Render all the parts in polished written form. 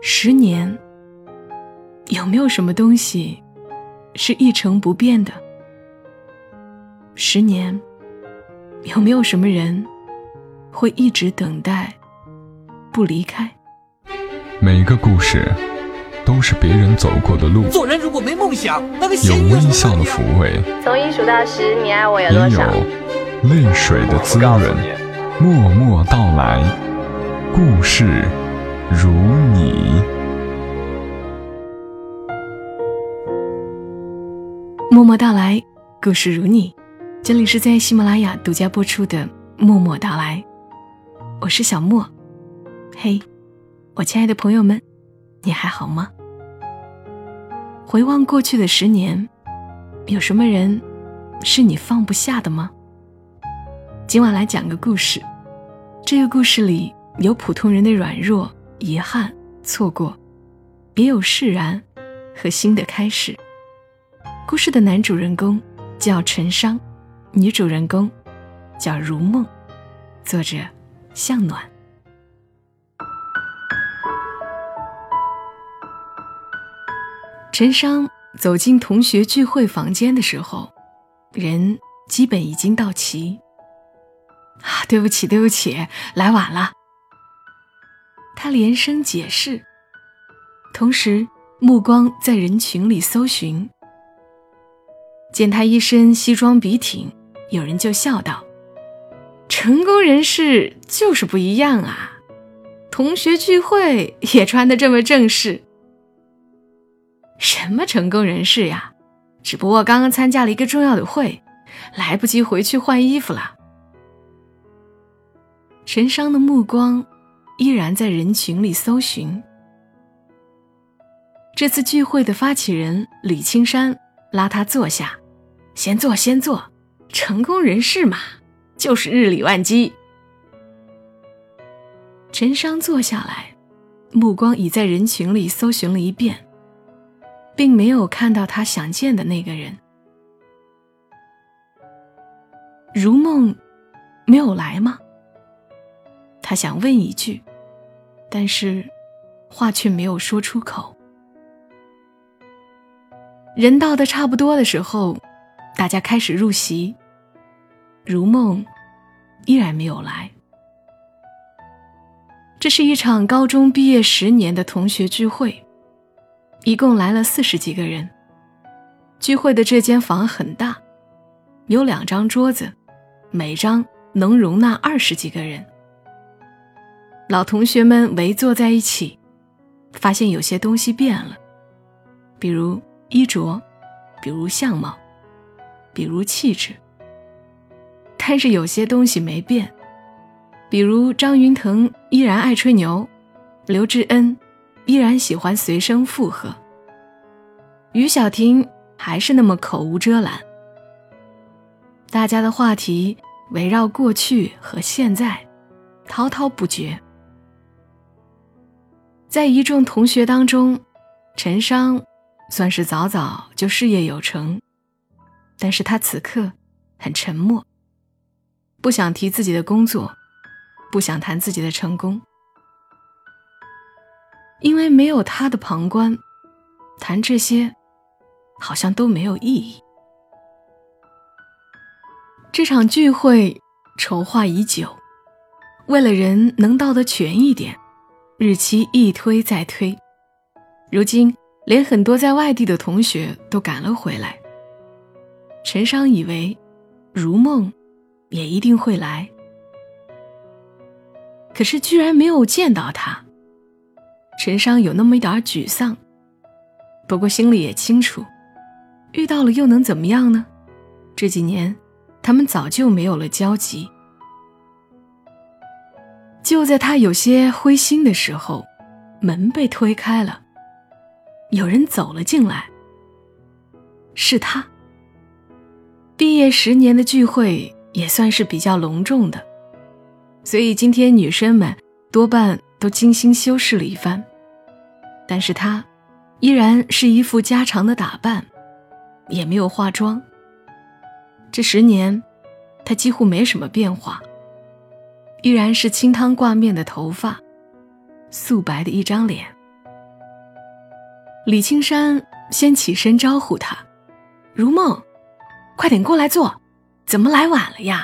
10年，有没有什么东西是一成不变的？10年，有没有什么人会一直等待不离开？ 每个故事都是别人走过的路， 做人如果没梦想，那个有微笑的抚慰， 从1数到10，你爱我有也多少？ 有泪水的滋润。默默到来，故事如你。 默默到来，故事如你。这里是在喜马拉雅独家播出的默默到来，我是小默。嘿，我亲爱的朋友们，你还好吗？回望过去的10年，有什么人是你放不下的吗？今晚来讲个故事，这个故事里有普通人的软弱、遗憾、错过，也有释然和新的开始。故事的男主人公叫陈商，女主人公叫如梦，作者向暖。陈商走进同学聚会房间的时候，人基本已经到齐。对不起，来晚了。他连声解释，同时目光在人群里搜寻。见他一身西装笔挺，有人就笑道：成功人士就是不一样啊，同学聚会也穿得这么正式。什么成功人士呀，只不过刚刚参加了一个重要的会，来不及回去换衣服了。陈商的目光依然在人群里搜寻。这次聚会的发起人李青山拉他坐下，先坐，成功人士嘛，就是日理万机。陈商坐下来，目光已在人群里搜寻了一遍，并没有看到他想见的那个人。如梦没有来吗？他想问一句，但是话却没有说出口。人到的差不多的时候，大家开始入席，如梦依然没有来。这是一场高中毕业10年的同学聚会，一共来了40几个人。聚会的这间房很大，有2张桌子，每张能容纳20几个人。老同学们围坐在一起，发现有些东西变了，比如衣着，比如相貌，比如气质。但是有些东西没变，比如张云腾依然爱吹牛，刘志恩依然喜欢随声附和，于小婷还是那么口无遮拦。大家的话题围绕过去和现在，滔滔不绝。在一众同学当中，陈商算是早早就事业有成，但是他此刻很沉默，不想提自己的工作，不想谈自己的成功。因为没有他的旁观，谈这些好像都没有意义。这场聚会筹划已久，为了人能到得全一点，日期一推再推。如今连很多在外地的同学都赶了回来。陈商以为如梦也一定会来，可是居然没有见到他。陈商有那么一点沮丧，不过心里也清楚，遇到了又能怎么样呢？这几年他们早就没有了交集。就在他有些灰心的时候，门被推开了，有人走了进来，是他。毕业10年的聚会也算是比较隆重的，所以今天女生们多半都精心修饰了一番，但是他依然是一副家常的打扮，也没有化妆。这10年他几乎没什么变化，依然是清汤挂面的头发，素白的一张脸， 李青山先起身招呼他：“如梦，快点过来坐，怎么来晚了呀？”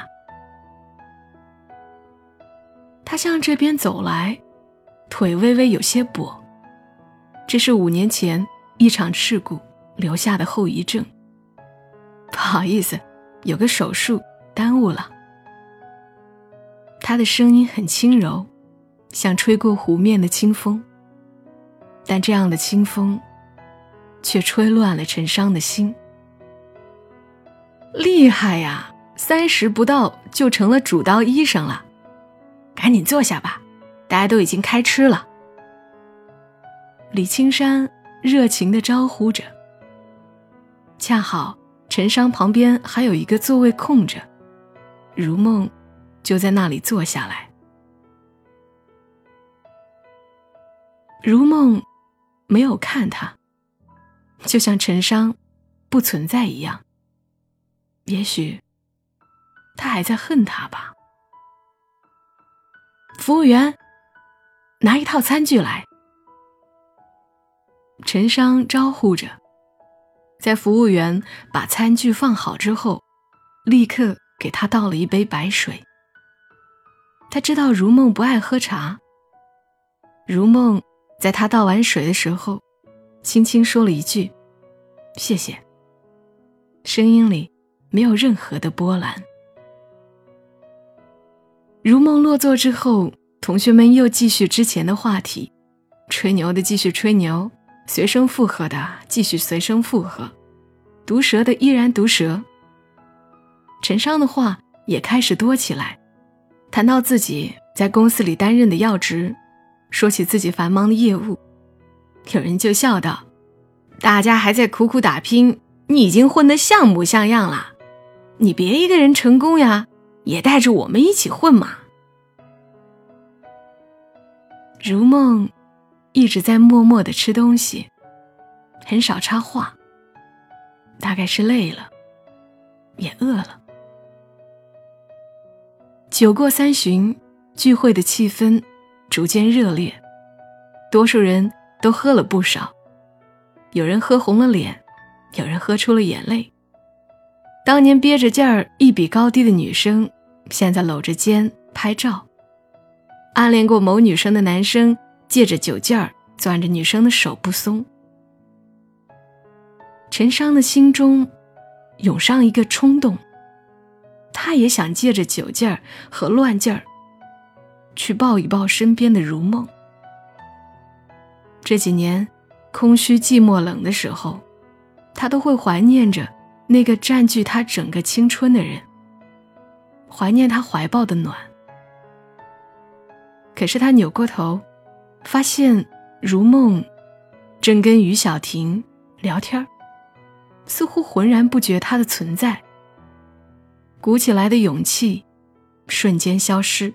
他向这边走来，腿微微有些跛，这是5年前一场事故留下的后遗症。不好意思，有个手术耽误了。他的声音很轻柔，像吹过湖面的清风，但这样的清风却吹乱了陈商的心。厉害呀，30不到就成了主刀医生了，赶紧坐下吧，大家都已经开吃了。李青山热情地招呼着，恰好陈商旁边还有一个座位空着，如梦就在那里坐下来。如梦没有看他，就像陈商不存在一样，也许他还在恨他吧。服务员，拿一套餐具来。陈商招呼着，在服务员把餐具放好之后，立刻给他倒了一杯白水。他知道如梦不爱喝茶，如梦在他倒完水的时候，轻轻说了一句：“谢谢。”声音里没有任何的波澜。如梦落座之后，同学们又继续之前的话题，吹牛的继续吹牛，随声附和的继续随声附和，毒舌的依然毒舌。陈商的话也开始多起来，谈到自己在公司里担任的要职，说起自己繁忙的业务，有人就笑道：“大家还在苦苦打拼，你已经混得像模像样了，你别一个人成功呀，也带着我们一起混嘛。”如梦一直在默默地吃东西，很少插话，大概是累了，也饿了。酒过30，聚会的气氛逐渐热烈，多数人都喝了不少，有人喝红了脸，有人喝出了眼泪。当年憋着劲儿一比高低的女生，现在搂着肩拍照。暗恋过某女生的男生，借着酒劲儿攥着女生的手不松。陈商的心中涌上一个冲动，他也想借着酒劲儿和乱劲儿去抱一抱身边的如梦。这几年空虚寂寞冷的时候，他都会怀念着那个占据他整个青春的人，怀念他怀抱的暖。可是他扭过头，发现如梦正跟于小婷聊天，似乎浑然不觉他的存在。鼓起来的勇气瞬间消失。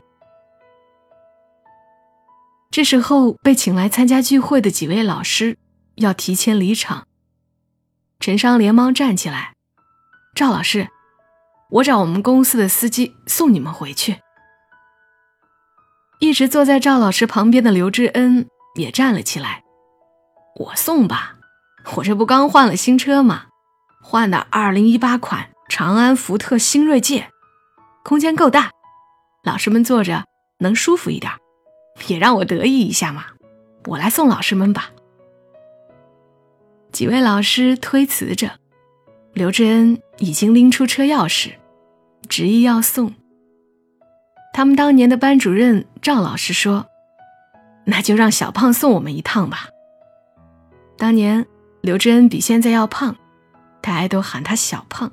这时候被请来参加聚会的几位老师要提前离场，陈商连忙站起来：“赵老师，我找我们公司的司机送你们回去。”一直坐在赵老师旁边的刘知恩也站了起来：“我送吧，我这不刚换了新车吗？换的2018款长安福特新锐界，空间够大，老师们坐着能舒服一点，也让我得意一下嘛，我来送老师们吧。”几位老师推辞着，刘知恩已经拎出车钥匙，执意要送。他们当年的班主任赵老师说：“那就让小胖送我们一趟吧。”当年刘知恩比现在要胖，大家都喊他小胖。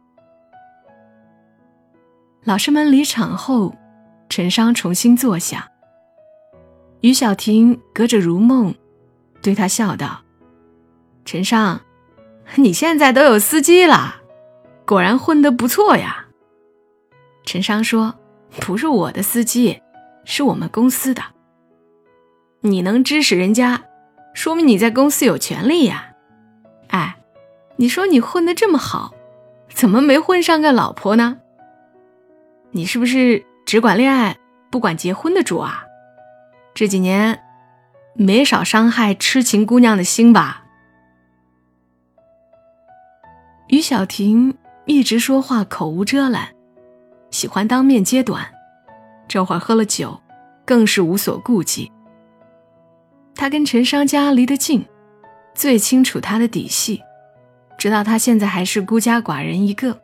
老师们离场后，陈商重新坐下，于小婷隔着如梦对他笑道：“陈商，你现在都有司机了，果然混得不错呀。”陈商说：“不是我的司机，是我们公司的。你能支持人家，说明你在公司有权利呀。哎，你说你混得这么好，怎么没混上个老婆呢？你是不是只管恋爱不管结婚的主啊？这几年没少伤害痴情姑娘的心吧？ 于小婷一直说话口无遮拦，喜欢当面揭短，这会儿喝了酒更是无所顾忌。他跟陈商家离得近，最清楚他的底细，知道他现在还是孤家寡人一个。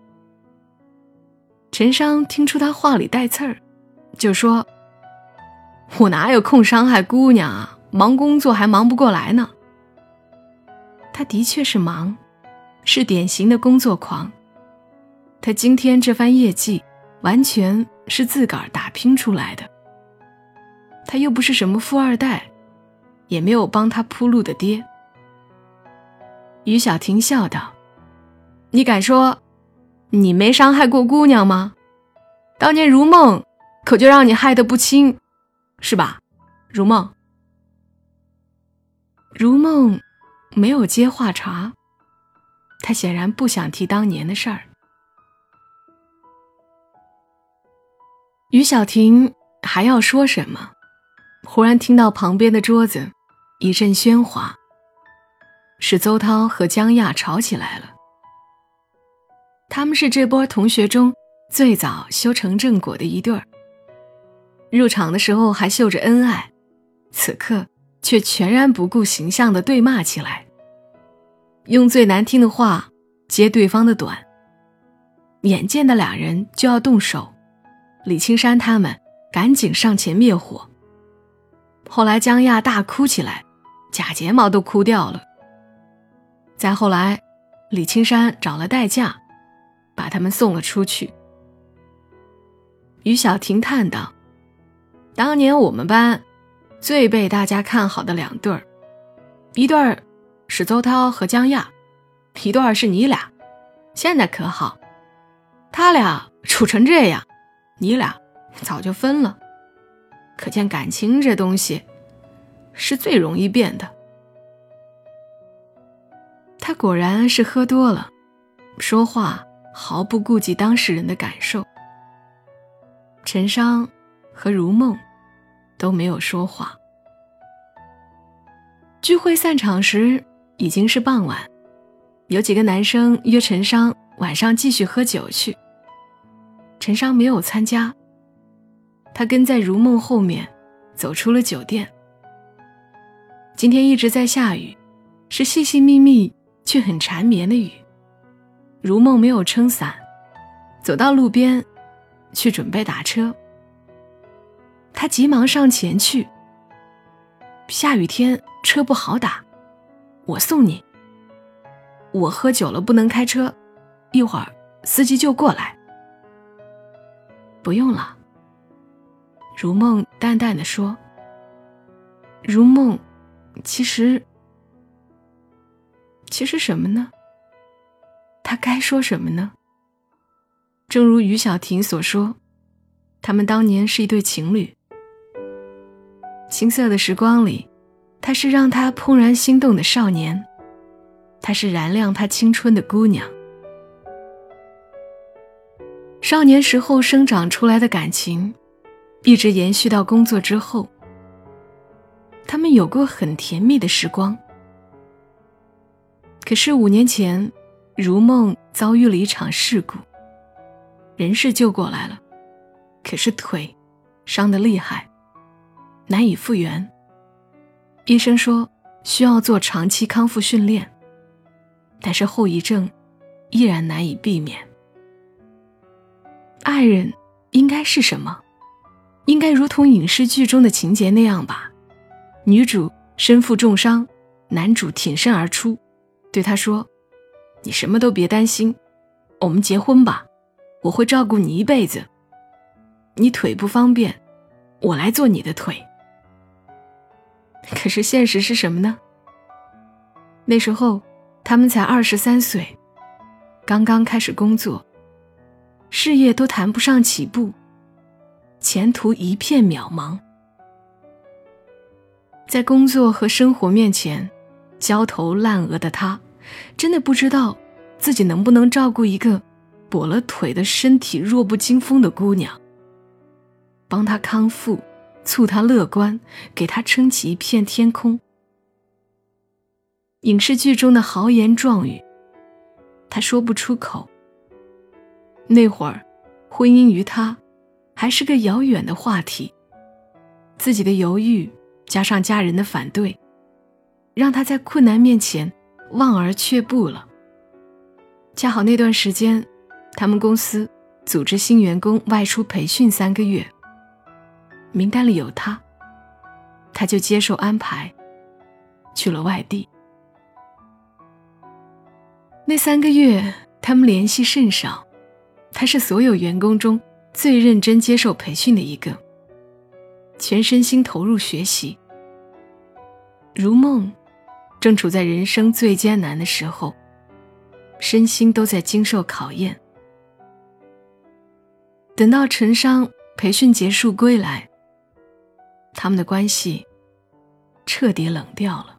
陈商听出他话里带刺儿，就说：我哪有空伤害姑娘啊，忙工作还忙不过来呢。他的确是忙，是典型的工作狂。他今天这番业绩完全是自个儿打拼出来的，他又不是什么富二代，也没有帮他铺路的爹。于小婷笑道：你敢说你没伤害过姑娘吗？当年如梦可就让你害得不轻，是吧，如梦？如梦没有接话茬，他显然不想提当年的事儿。于小婷还要说什么，忽然听到旁边的桌子一阵喧哗，是邹涛和江亚吵起来了。他们是这波同学中最早修成正果的一对儿，入场的时候还秀着恩爱，此刻却全然不顾形象地对骂起来，用最难听的话揭对方的短。眼见的两人就要动手，李青山他们赶紧上前灭火。后来江亚大哭起来，假睫毛都哭掉了。再后来李青山找了代驾，把他们送了出去。于小婷叹道：当年我们班最被大家看好的两对儿，一对儿是邹涛和江亚，一对儿是你俩，现在可好，他俩处成这样，你俩早就分了。可见感情这东西是最容易变的。他果然是喝多了，说话毫不顾及当事人的感受。陈商和如梦都没有说话。聚会散场时已经是傍晚，有几个男生约陈商晚上继续喝酒去。陈商没有参加，他跟在如梦后面走出了酒店。今天一直在下雨，是细细密密却很缠绵的雨。如梦没有撑伞，走到路边去准备打车。他急忙上前去：下雨天车不好打，我送你。我喝酒了不能开车，一会儿司机就过来。不用了，如梦淡淡地说。如梦其实什么呢？他该说什么呢？正如于小婷所说，他们当年是一对情侣。青涩的时光里，他是让他怦然心动的少年，他是燃亮他青春的姑娘。少年时候生长出来的感情，一直延续到工作之后。他们有过很甜蜜的时光。可是5年前，如梦遭遇了一场事故，人是救过来了，可是腿伤得厉害，难以复原。医生说需要做长期康复训练，但是后遗症依然难以避免。爱人应该是什么？应该如同影视剧中的情节那样吧，女主身负重伤，男主挺身而出，对她说：你什么都别担心，我们结婚吧，我会照顾你一辈子。你腿不方便，我来做你的腿。可是现实是什么呢？那时候他们才23岁，刚刚开始工作，事业都谈不上起步，前途一片渺茫。在工作和生活面前焦头烂额的他，真的不知道自己能不能照顾一个跛了腿的身体弱不禁风的姑娘，帮她康复，促她乐观，给她撑起一片天空。影视剧中的豪言壮语， 他说不出口。那会儿，婚姻于他还是个遥远的话题，自己的犹豫加上家人的反对，让他在困难面前望而却步了。恰好那段时间，他们公司组织新员工外出培训3个月，名单里有他，他就接受安排去了外地。那3个月他们联系甚少，他是所有员工中最认真接受培训的一个，全身心投入学习。如梦正处在人生最艰难的时候，身心都在经受考验。等到陈商培训结束归来，他们的关系彻底冷掉了。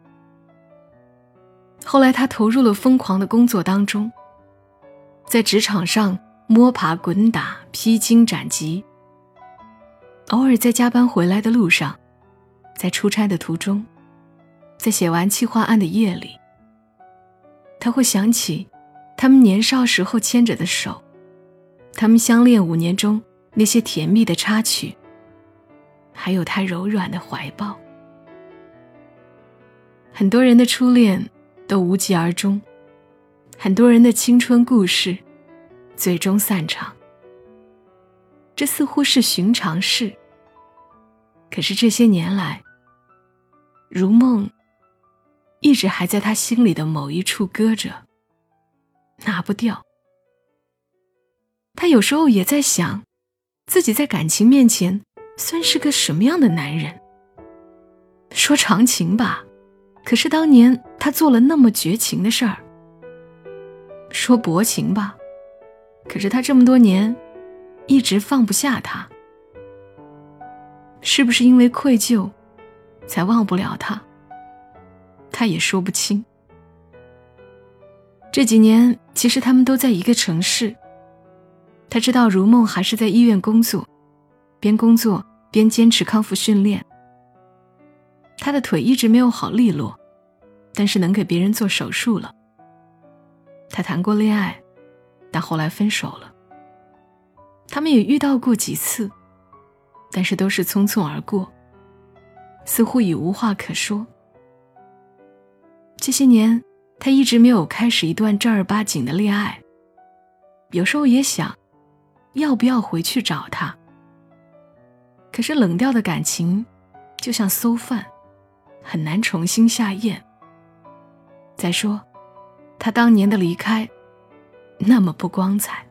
后来他投入了疯狂的工作当中，在职场上摸爬滚打，披荆斩棘，偶尔在加班回来的路上，在出差的途中，在写完企划案的夜里，他会想起他们年少时候牵着的手，他们相恋5年中那些甜蜜的插曲，还有他柔软的怀抱。很多人的初恋都无疾而终，很多人的青春故事最终散场，这似乎是寻常事。可是这些年来，如梦一直还在他心里的某一处搁着，拿不掉。他有时候也在想，自己在感情面前算是个什么样的男人。说长情吧，可是当年他做了那么绝情的事儿。说薄情吧，可是他这么多年一直放不下他。是不是因为愧疚才忘不了他？他也说不清。这几年其实他们都在一个城市，他知道如梦还是在医院工作，边工作边坚持康复训练。他的腿一直没有好利落，但是能给别人做手术了。他谈过恋爱，但后来分手了。他们也遇到过几次，但是都是匆匆而过，似乎已无话可说。这些年他一直没有开始一段正儿八经的恋爱，有时候也想要不要回去找他。可是冷掉的感情就像馊饭，很难重新下咽。再说他当年的离开那么不光彩。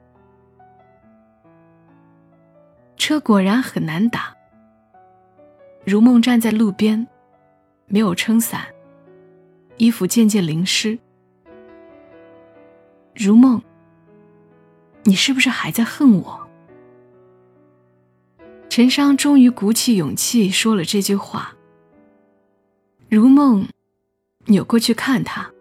车果然很难打。如梦站在路边，没有撑伞，衣服渐渐淋湿。如梦，你是不是还在恨我？陈商终于鼓起勇气说了这句话。如梦扭过去看他，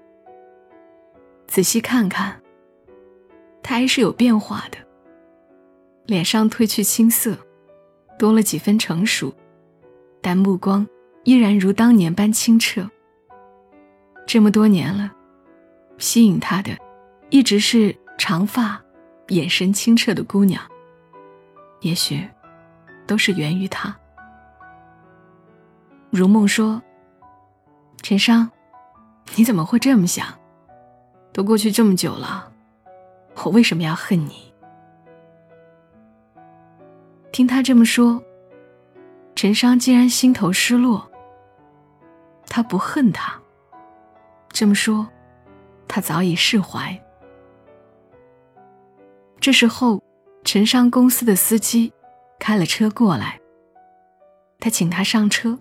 仔细看看，他还是有变化的，脸上褪去青涩，多了几分成熟，但目光依然如当年般清澈。这么多年了，吸引他的一直是长发眼神清澈的姑娘，也许都是源于他。如梦说，陈商，你怎么会这么想？都过去这么久了，我为什么要恨你？听他这么说，陈商竟然心头失落。他不恨他，这么说，他早已释怀。这时候，陈商公司的司机开了车过来，他请他上车。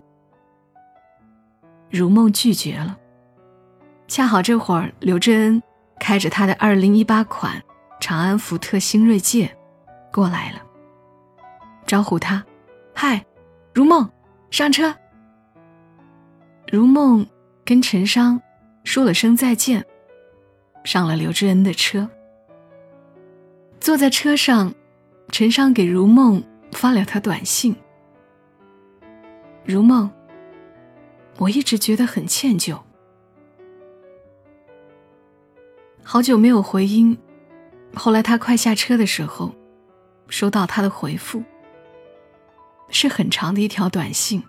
如梦拒绝了。恰好这会儿刘志恩开着他的2018款长安福特新锐界过来了，招呼他，嗨，如梦，上车。如梦跟陈商说了声再见，上了刘志恩的车。坐在车上，陈商给如梦发了条短信，如梦，我一直觉得很歉疚。 好久没有回音，后来他快下车的时候，收到他的回复，是很长的一条短信。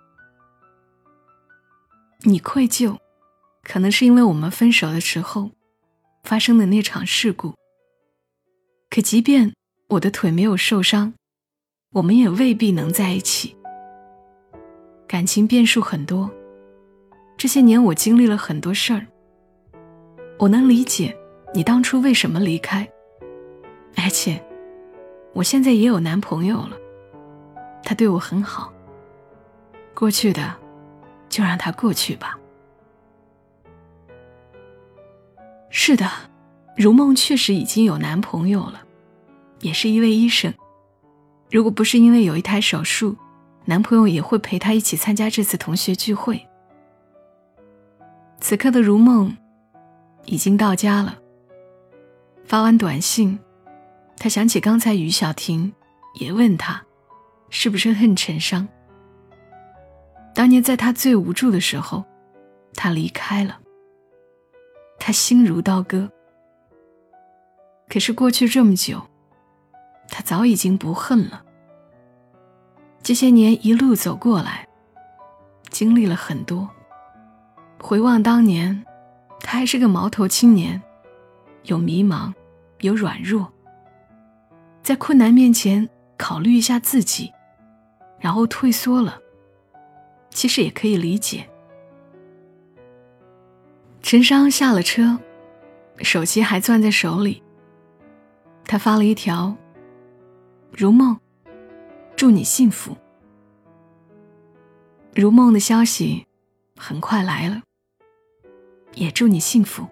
你愧疚，可能是因为我们分手的时候发生的那场事故。可即便我的腿没有受伤，我们也未必能在一起。感情变数很多，这些年我经历了很多事儿，我能理解你当初为什么离开，而且我现在也有男朋友了，他对我很好，过去的就让它过去吧。是的，如梦确实已经有男朋友了，也是一位医生。如果不是因为有一台手术，男朋友也会陪她一起参加这次同学聚会。此刻的如梦已经到家了，发完短信，她想起刚才于小婷也问她是不是恨陈商。当年在他最无助的时候，他离开了，他心如刀割。可是过去这么久，他早已经不恨了。这些年一路走过来，经历了很多。回望当年，他还是个毛头青年，有迷茫，有软弱。在困难面前考虑一下自己，然后退缩了，其实也可以理解。陈商下了车，手机还攥在手里，他发了一条：如梦，祝你幸福。如梦的消息很快来了，也祝你幸福。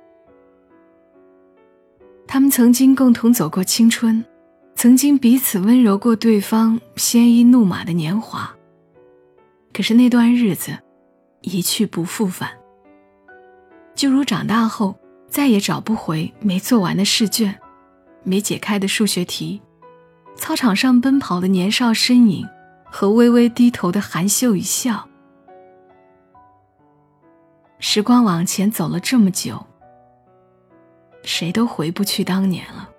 他们曾经共同走过青春，曾经彼此温柔过对方鲜衣怒马的年华。可是那段日子一去不复返，就如长大后再也找不回没做完的试卷，没解开的数学题，操场上奔跑的年少身影和微微低头的含羞一笑。时光往前走了这么久，谁都回不去当年了。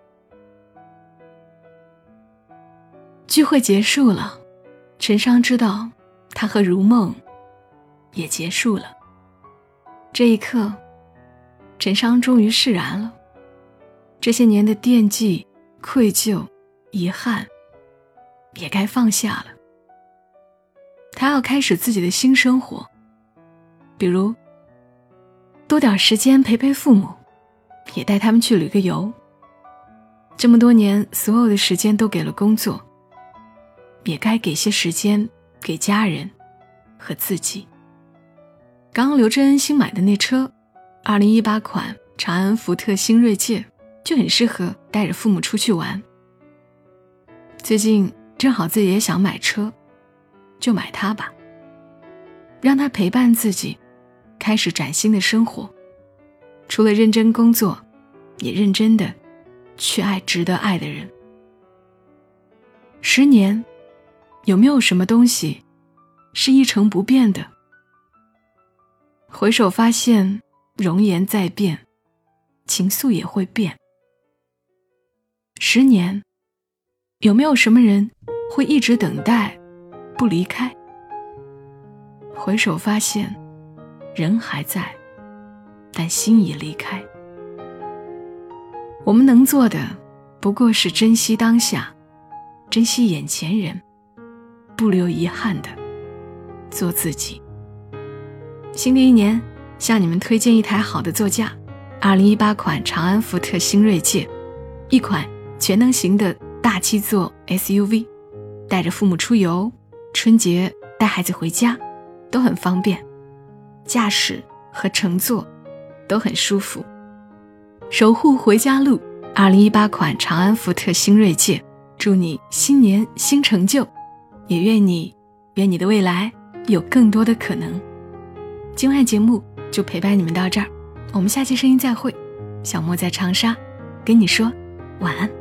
聚会结束了，陈商知道他和如梦也结束了。这一刻，陈商终于释然了，这些年的惦记、愧疚、遗憾也该放下了。他要开始自己的新生活，比如多点时间陪陪父母，也带他们去旅个游。这么多年，所有的时间都给了工作，也该给些时间给家人和自己。刚刚刘真恩新买的那车2018款长安福特新锐界，就很适合带着父母出去玩。最近正好自己也想买车，就买它吧，让它陪伴自己开始崭新的生活。除了认真工作，也认真的去爱值得爱的人。10年，有没有什么东西是一成不变的？回首发现容颜在变，情愫也会变。10年，有没有什么人会一直等待不离开？回首发现人还在，但心已离开。我们能做的不过是珍惜当下，珍惜眼前人，不留遗憾的做自己。新的一年，向你们推荐一台好的座驾，2018款长安福特新锐界，一款全能型的大7座 SUV， 带着父母出游，春节带孩子回家都很方便，驾驶和乘坐都很舒服。守护回家路2018款长安福特新锐界，祝你新年新成就，也愿你的未来有更多的可能。今晚节目就陪伴你们到这儿，我们下期声音再会。小莫在长沙跟你说晚安。